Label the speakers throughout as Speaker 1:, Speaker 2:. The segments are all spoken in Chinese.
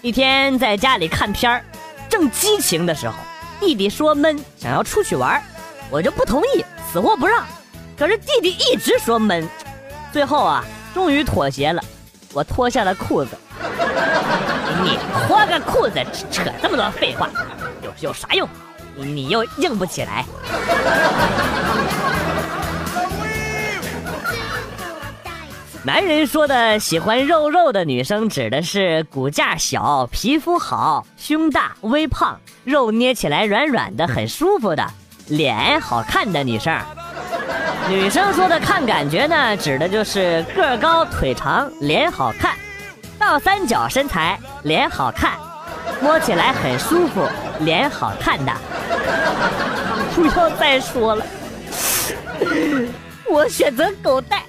Speaker 1: 一天在家里看片儿，正激情的时候，弟弟说闷，想要出去玩，我就不同意，死活不让。可是弟弟一直说闷，最后啊，终于妥协了，我脱下了裤子。你脱个裤子扯这么多废话，有啥用？你又硬不起来。男人说的喜欢肉肉的女生，指的是骨架小、皮肤好、胸大、微胖、肉捏起来软软的、很舒服的、脸好看的女生。女生说的看感觉呢，指的就是个高、腿长、脸好看，倒三角身材、脸好看，摸起来很舒服、脸好看的。不要再说了，我选择狗带。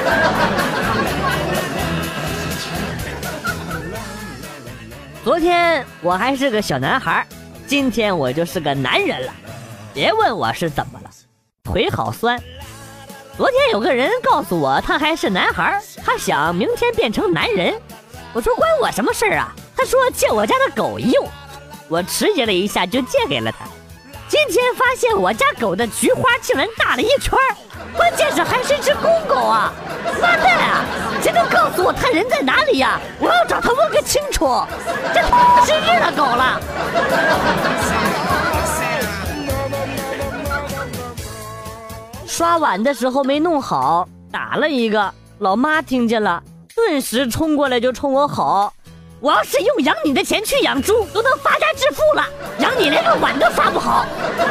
Speaker 1: 昨天我还是个小男孩，今天我就是个男人了。别问我是怎么了，腿好酸。昨天有个人告诉我他还是男孩，他想明天变成男人。我说关我什么事啊？他说借我家的狗用，我迟疑了一下就借给了他。今天发现我家狗的菊花竟然大了一圈，关键是还是只公狗啊！妈蛋啊！谁能告诉我他人在哪里呀？我要找他问个清楚。这是日了狗了。刷碗的时候没弄好，打了一个，老妈听见了，顿时冲过来就冲我吼：我要是用养你的钱去养猪，都能发家致富了，养你连个碗都刷不好。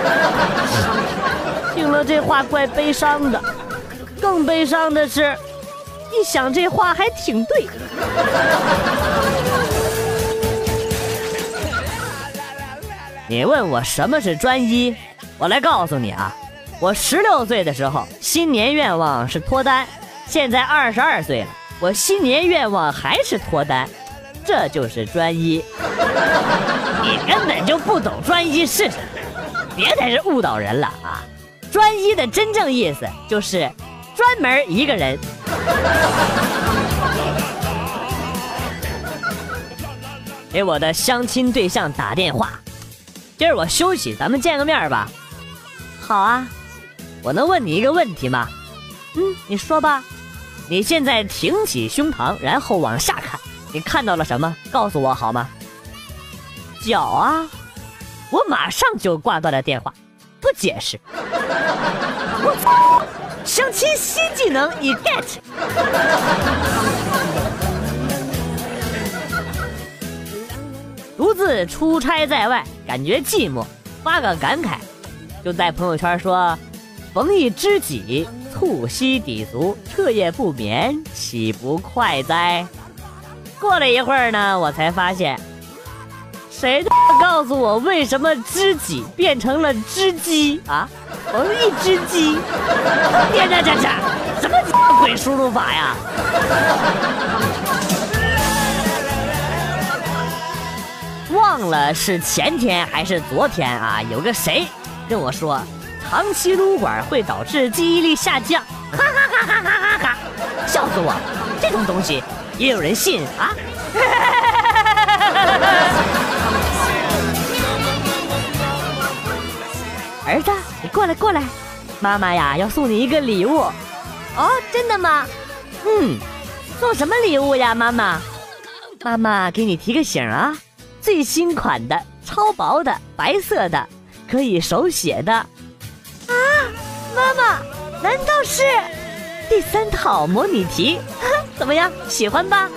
Speaker 1: 听了这话怪悲伤的，更悲伤的是，一想这话还挺对。你问我什么是专一，我来告诉你啊，我16岁的时候新年愿望是脱单，现在22岁了，我新年愿望还是脱单，这就是专一。你根本就不懂专一是什么，别在这误导人了啊！专一的真正意思就是专门一个人。给我的相亲对象打电话，今儿我休息，咱们见个面吧。好啊，我能问你一个问题吗？你说吧。你现在挺起胸膛，然后往下看，你看到了什么？告诉我好吗？脚啊！我马上就挂断了电话，不解释。我操！相亲新技能已 get。独自出差在外，感觉寂寞，发个感慨，就在朋友圈说：逢一知己，促膝抵足，彻夜不眠，岂不快哉？过了一会儿呢，我才发现，谁告诉我为什么知己变成了知鸡啊？逢一知己，这什么鬼输入法呀？忘了是前天还是昨天啊，有个谁跟我说长期撸管会导致记忆力下降，哈哈哈哈哈哈，笑死我！这种东西也有人信啊？儿子，你过来，妈妈呀要送你一个礼物。哦，真的吗？送什么礼物呀，妈妈？妈妈给你提个醒啊，最新款的，超薄的，白色的，可以手写的。啊，妈妈，难道是第3套模拟题？怎么样，喜欢吧？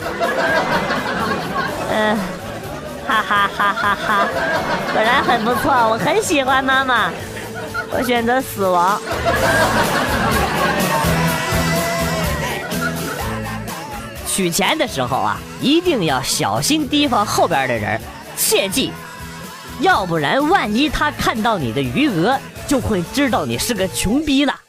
Speaker 1: 哈哈哈哈哈，果然很不错，我很喜欢妈妈。我选择死亡。取钱的时候啊，一定要小心提防后边的人，切记，要不然万一他看到你的余额，就会知道你是个穷逼了。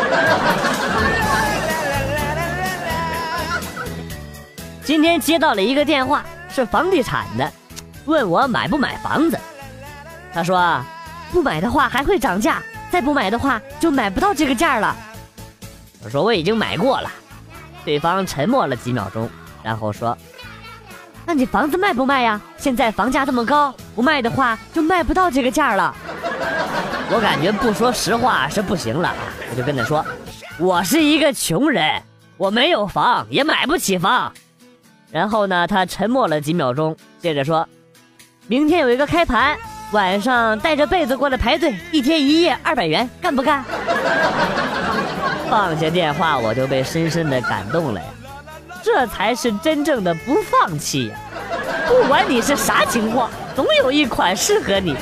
Speaker 1: 今天接到了一个电话，是房地产的，问我买不买房子。他说不买的话还会涨价，再不买的话就买不到这个价了。我说我已经买过了。对方沉默了几秒钟，然后说那你房子卖不卖呀？现在房价这么高，不卖的话就卖不到这个价了。我感觉不说实话是不行了，我就跟他说，我是一个穷人，我没有房，也买不起房。然后呢，他沉默了几秒钟，接着说，明天有一个开盘，晚上带着被子过来排队，1天1夜200元，干不干？放下电话，我就被深深的感动了呀。这才是真正的不放弃呀！不管你是啥情况，总有一款适合你。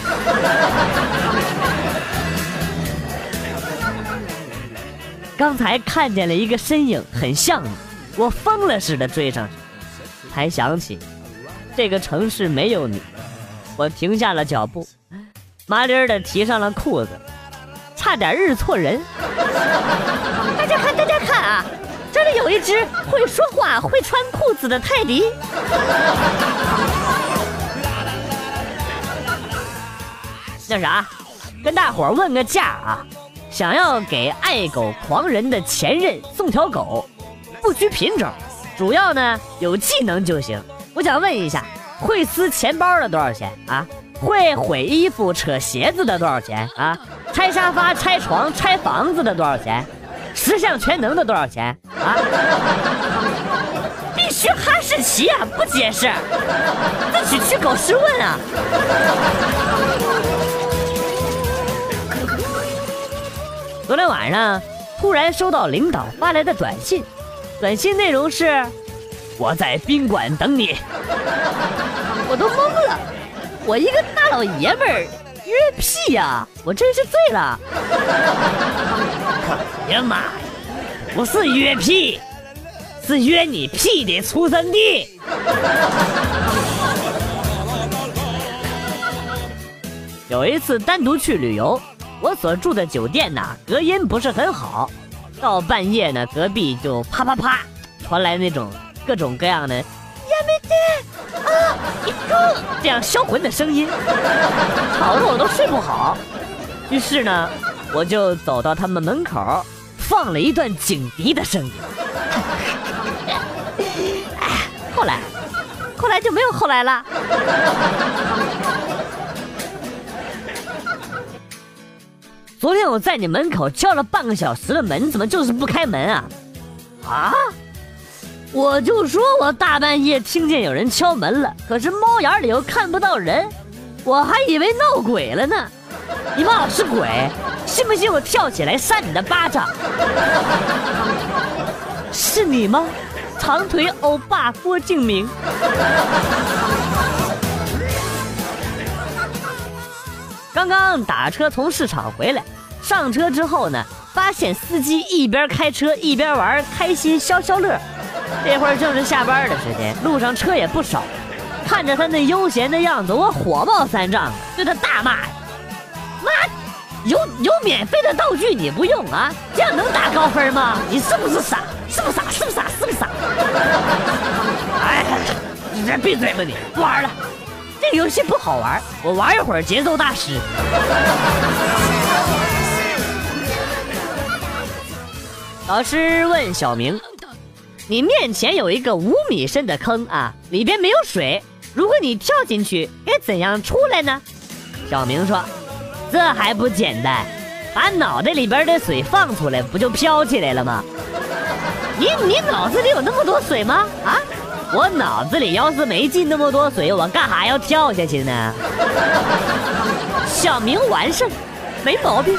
Speaker 1: 刚才看见了一个身影，很像你，我疯了似的追上去，才想起这个城市没有你。我停下了脚步，麻利儿的提上了裤子，差点日错人。大家看啊！这里有一只会说话、会穿裤子的泰迪。那啥，跟大伙儿问个价啊！想要给爱狗狂人的前任送条狗，不拘品种，主要呢有技能就行。我想问一下，会撕钱包的多少钱啊？会毁衣服、扯鞋子的多少钱啊？拆沙发、拆床、拆房子的多少钱？10项全能的多少钱啊？必须哈士奇啊！不解释，自己去狗试问啊！昨天晚上突然收到领导发来的短信，短信内容是：我在宾馆等你。我都懵了，我一个大老爷们儿约屁呀！我真是醉了。哎呀妈呀，不是约屁，是约你屁的出生地。有一次单独去旅游，我所住的酒店呐，隔音不是很好，到半夜呢，隔壁就啪啪啪传来那种各种各样的呀没得啊一个这样销魂的声音，吵得我都睡不好。于是呢，我就走到他们门口，放了一段警笛的声音。后来就没有后来了。昨天我在你门口敲了半个小时的门，怎么就是不开门啊？啊？我就说我大半夜听见有人敲门了，可是猫眼里又看不到人，我还以为闹鬼了呢。你骂我是鬼，信不信我跳起来扇你的巴掌？是你吗？长腿欧巴郭敬明。刚刚打车从市场回来，上车之后呢，发现司机一边开车一边玩，开心消消乐。这会儿正是下班的时间，路上车也不少，看着他那悠闲的样子，我火冒三丈，对他大骂：妈，有免费的道具你不用啊？这样能打高分吗？你是不是傻？是不是傻？是不是傻？是不是傻？哎，你这闭嘴吧你！不玩了，这个游戏不好玩，我玩一会儿节奏大师。老师问小明：你面前有一个5米深的坑啊，里边没有水，如果你跳进去，该怎样出来呢？小明说：这还不简单，把脑袋里边的水放出来，不就飘起来了吗？你脑子里有那么多水吗？啊，我脑子里要是没进那么多水，我干哈要跳下去呢？小明完胜，没毛病。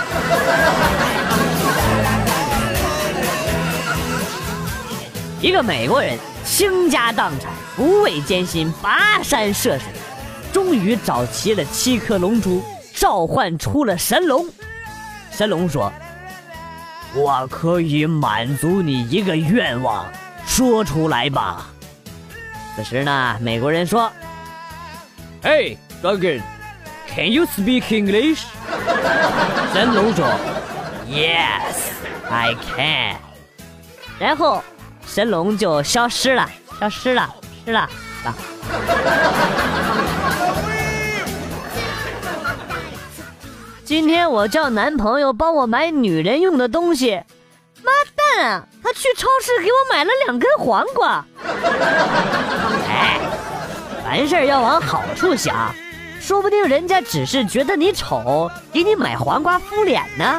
Speaker 1: 一个美国人倾家荡产，不畏艰辛，跋山涉水，终于找齐了7颗龙珠，召唤出了神龙。神龙说：我可以满足你一个愿望，说出来吧。此时呢，美国人说： Hey, Dragon, can you speak English? 神龙说： Yes, I can. 然后神龙就消失了。今天我叫男朋友帮我买女人用的东西，妈蛋啊，他去超市给我买了2根黄瓜。哎， 凡事要往好处想，说不定人家只是觉得你丑，给你买黄瓜敷脸呢。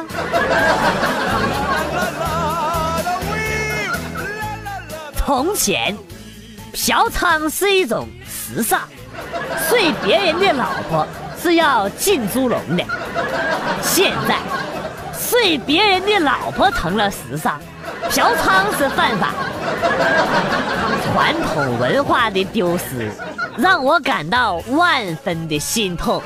Speaker 1: 从前，嫖娼是一种时尚，睡别人的老婆是要进猪笼的。现在，睡别人的老婆成了时尚，嫖娼是犯法。传统文化的丢失，让我感到万分的心痛。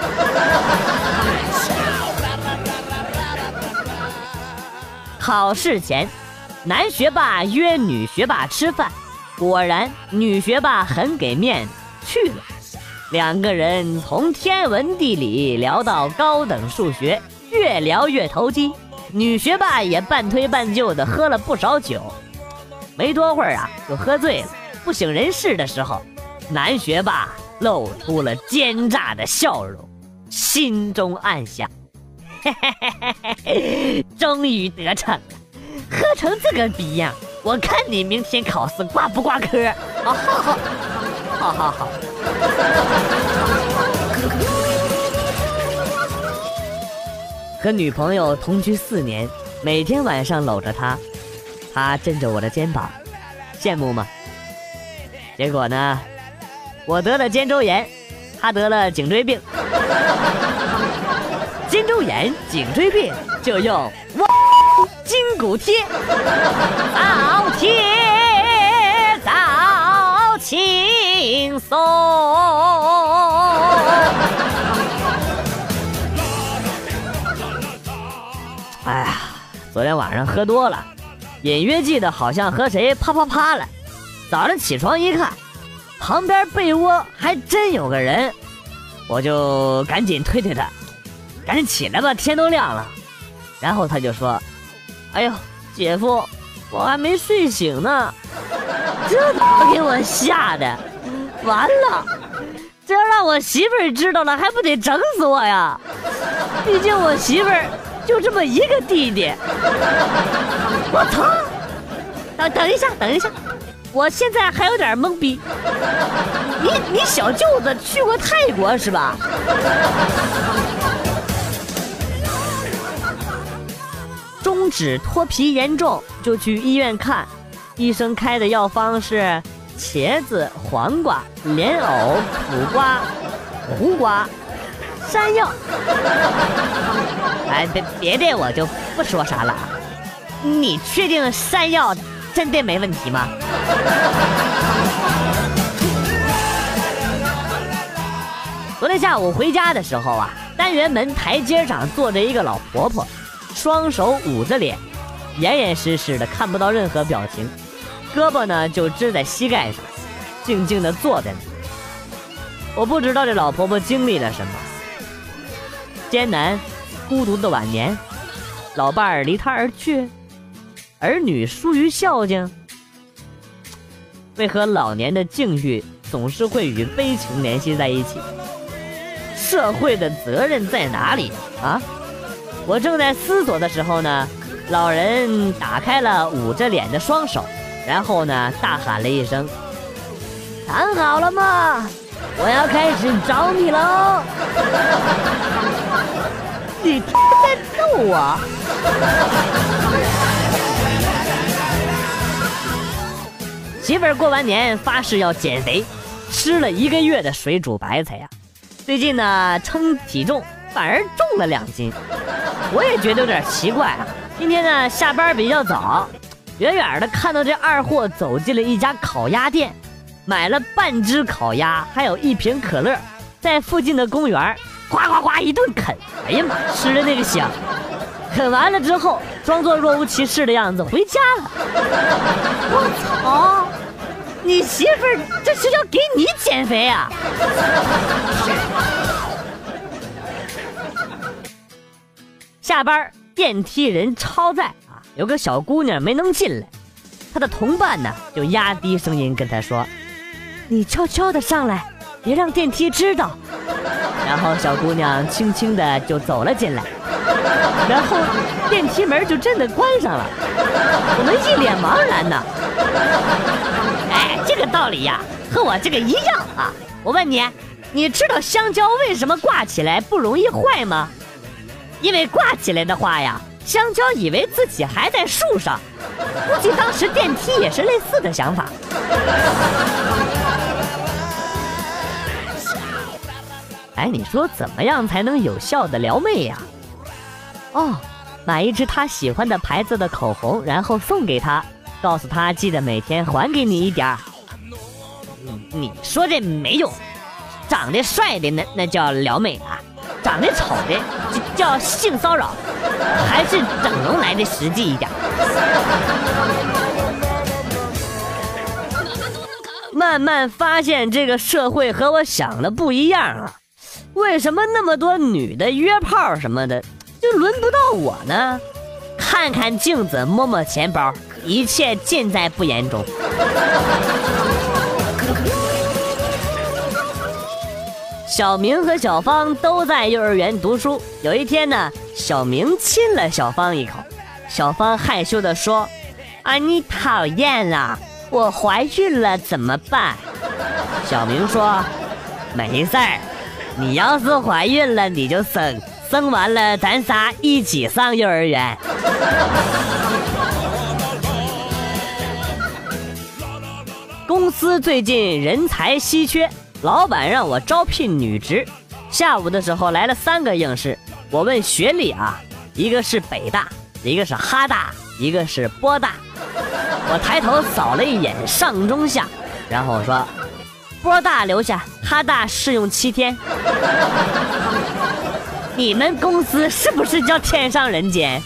Speaker 1: 考试前，男学霸约女学霸吃饭，果然女学霸很给面子，去了。两个人从天文地理聊到高等数学，越聊越投机。女学霸也半推半就的喝了不少酒，没多会儿啊就喝醉了。不省人事的时候，男学霸露出了奸诈的笑容，心中暗想：嘿嘿嘿嘿嘿，终于得逞了，喝成这个逼样，我看你明天考试挂不挂科？好好好，好好好。和女朋友同居4年，每天晚上搂着她，她枕着我的肩膀，羡慕吗？结果呢，我得了肩周炎，她得了颈椎病。肩周炎、颈椎病就用筋骨贴，早贴早轻松。哎呀，昨天晚上喝多了，隐约记得好像和谁啪啪啪了。早上起床一看，旁边被窝还真有个人，我就赶紧推推他，赶紧起来吧，天都亮了。然后他就说：“哎呦，姐夫，我还没睡醒呢。”这给我吓的，完了，这要让我媳妇儿知道了，还不得整死我呀？毕竟我媳妇儿就这么一个弟弟。我操！等一下，我现在还有点懵逼。你小舅子去过泰国是吧？中指脱皮严重，就去医院看，医生开的药方是茄子、黄瓜、莲藕、苦瓜、胡瓜、山药。哎，别的我就不说啥了。你确定山药真的没问题吗？昨天下午回家的时候啊，单元门台阶上坐着一个老婆婆，双手捂着脸，严严实实的，看不到任何表情，胳膊呢就支在膝盖上，静静的坐在那。我不知道这老婆婆经历了什么，艰难孤独的晚年，老伴儿离她而去，儿女疏于孝敬。为何老年的境遇总是会与悲情联系在一起？社会的责任在哪里啊？我正在思索的时候呢，老人打开了捂着脸的双手，然后呢大喊了一声：“躺好了吗？我要开始找你喽！”你在逗我？媳妇儿过完年发誓要减肥，吃了1个月的水煮白菜呀。最近呢称体重反而重了2斤，我也觉得有点奇怪啊。今天呢下班比较早，远远的看到这二货走进了一家烤鸭店，买了半只烤鸭，还有1瓶可乐，在附近的公园呱呱呱一顿啃。哎呀妈，吃的那个香！啃完了之后，装作若无其事的样子回家了。我操！你媳妇儿这是要给你减肥啊？下班电梯人超载啊，有个小姑娘没能进来，她的同伴呢就压低声音跟她说：“你悄悄的上来，别让电梯知道。”然后小姑娘轻轻的就走了进来，然后电梯门就真的关上了。我们一脸茫然呢。哎，这个道理呀，和我这个一样啊。 我问你，你知道香蕉为什么挂起来不容易坏吗？因为挂起来的话呀，香蕉以为自己还在树上，估计当时电梯也是类似的想法。哎，你说怎么样才能有效的撩妹呀？哦，买一支他喜欢的牌子的口红，然后送给他，告诉他记得每天还给你一点儿。你说这没用，长得帅的那叫撩妹啊，长得丑的叫性骚扰，还是整容来的实际一点。慢慢发现这个社会和我想的不一样啊，为什么那么多女的约炮什么的就轮不到我呢？看看镜子，摸摸钱包，一切尽在不言中。小明和小芳都在幼儿园读书，有一天呢，小明亲了小芳一口，小芳害羞地说：啊，你讨厌了，我怀孕了怎么办？小明说：没事儿，你要是怀孕了你就生完了咱仨一起上幼儿园。公司最近人才稀缺，老板让我招聘女职。下午的时候来了3个应试，我问学历啊，一个是北大，一个是哈大，一个是波大。我抬头扫了一眼上中下，然后我说：波大留下，哈大试用7天。你们公司是不是叫天上人间？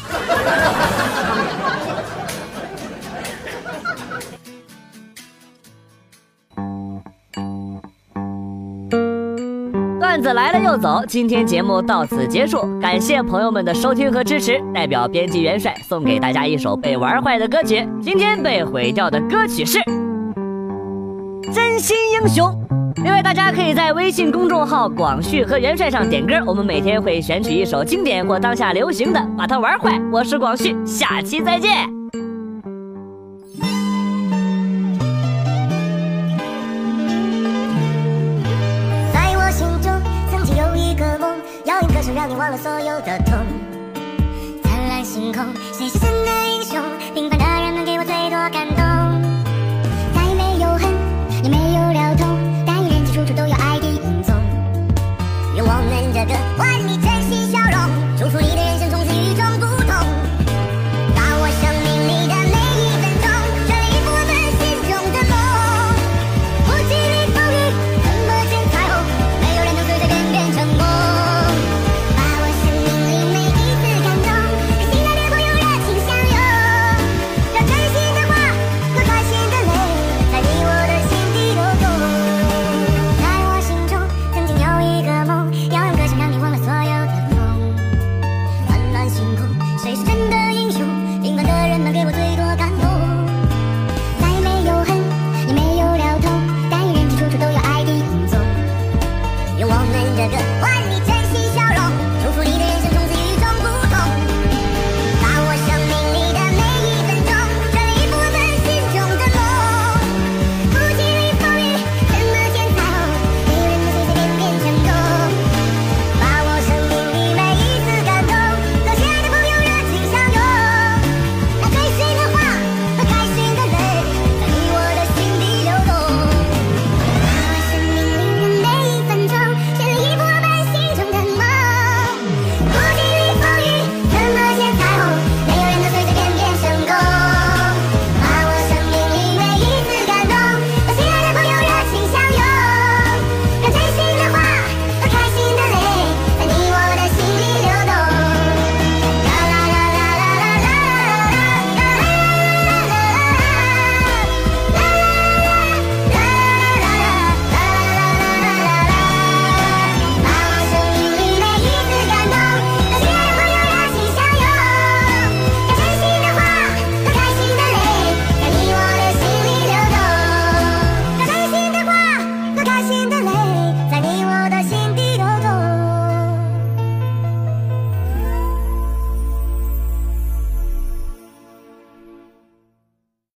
Speaker 1: 段子来了又走，今天节目到此结束，感谢朋友们的收听和支持。代表编辑元帅送给大家一首被玩坏的歌曲，今天被毁掉的歌曲是《真心英雄》。另外大家可以在微信公众号广旭和元帅上点歌，我们每天会选取一首经典或当下流行的，把它玩坏。我是广旭，下期再见。
Speaker 2: 要用歌声让你忘了所有的痛，灿烂星空，谁是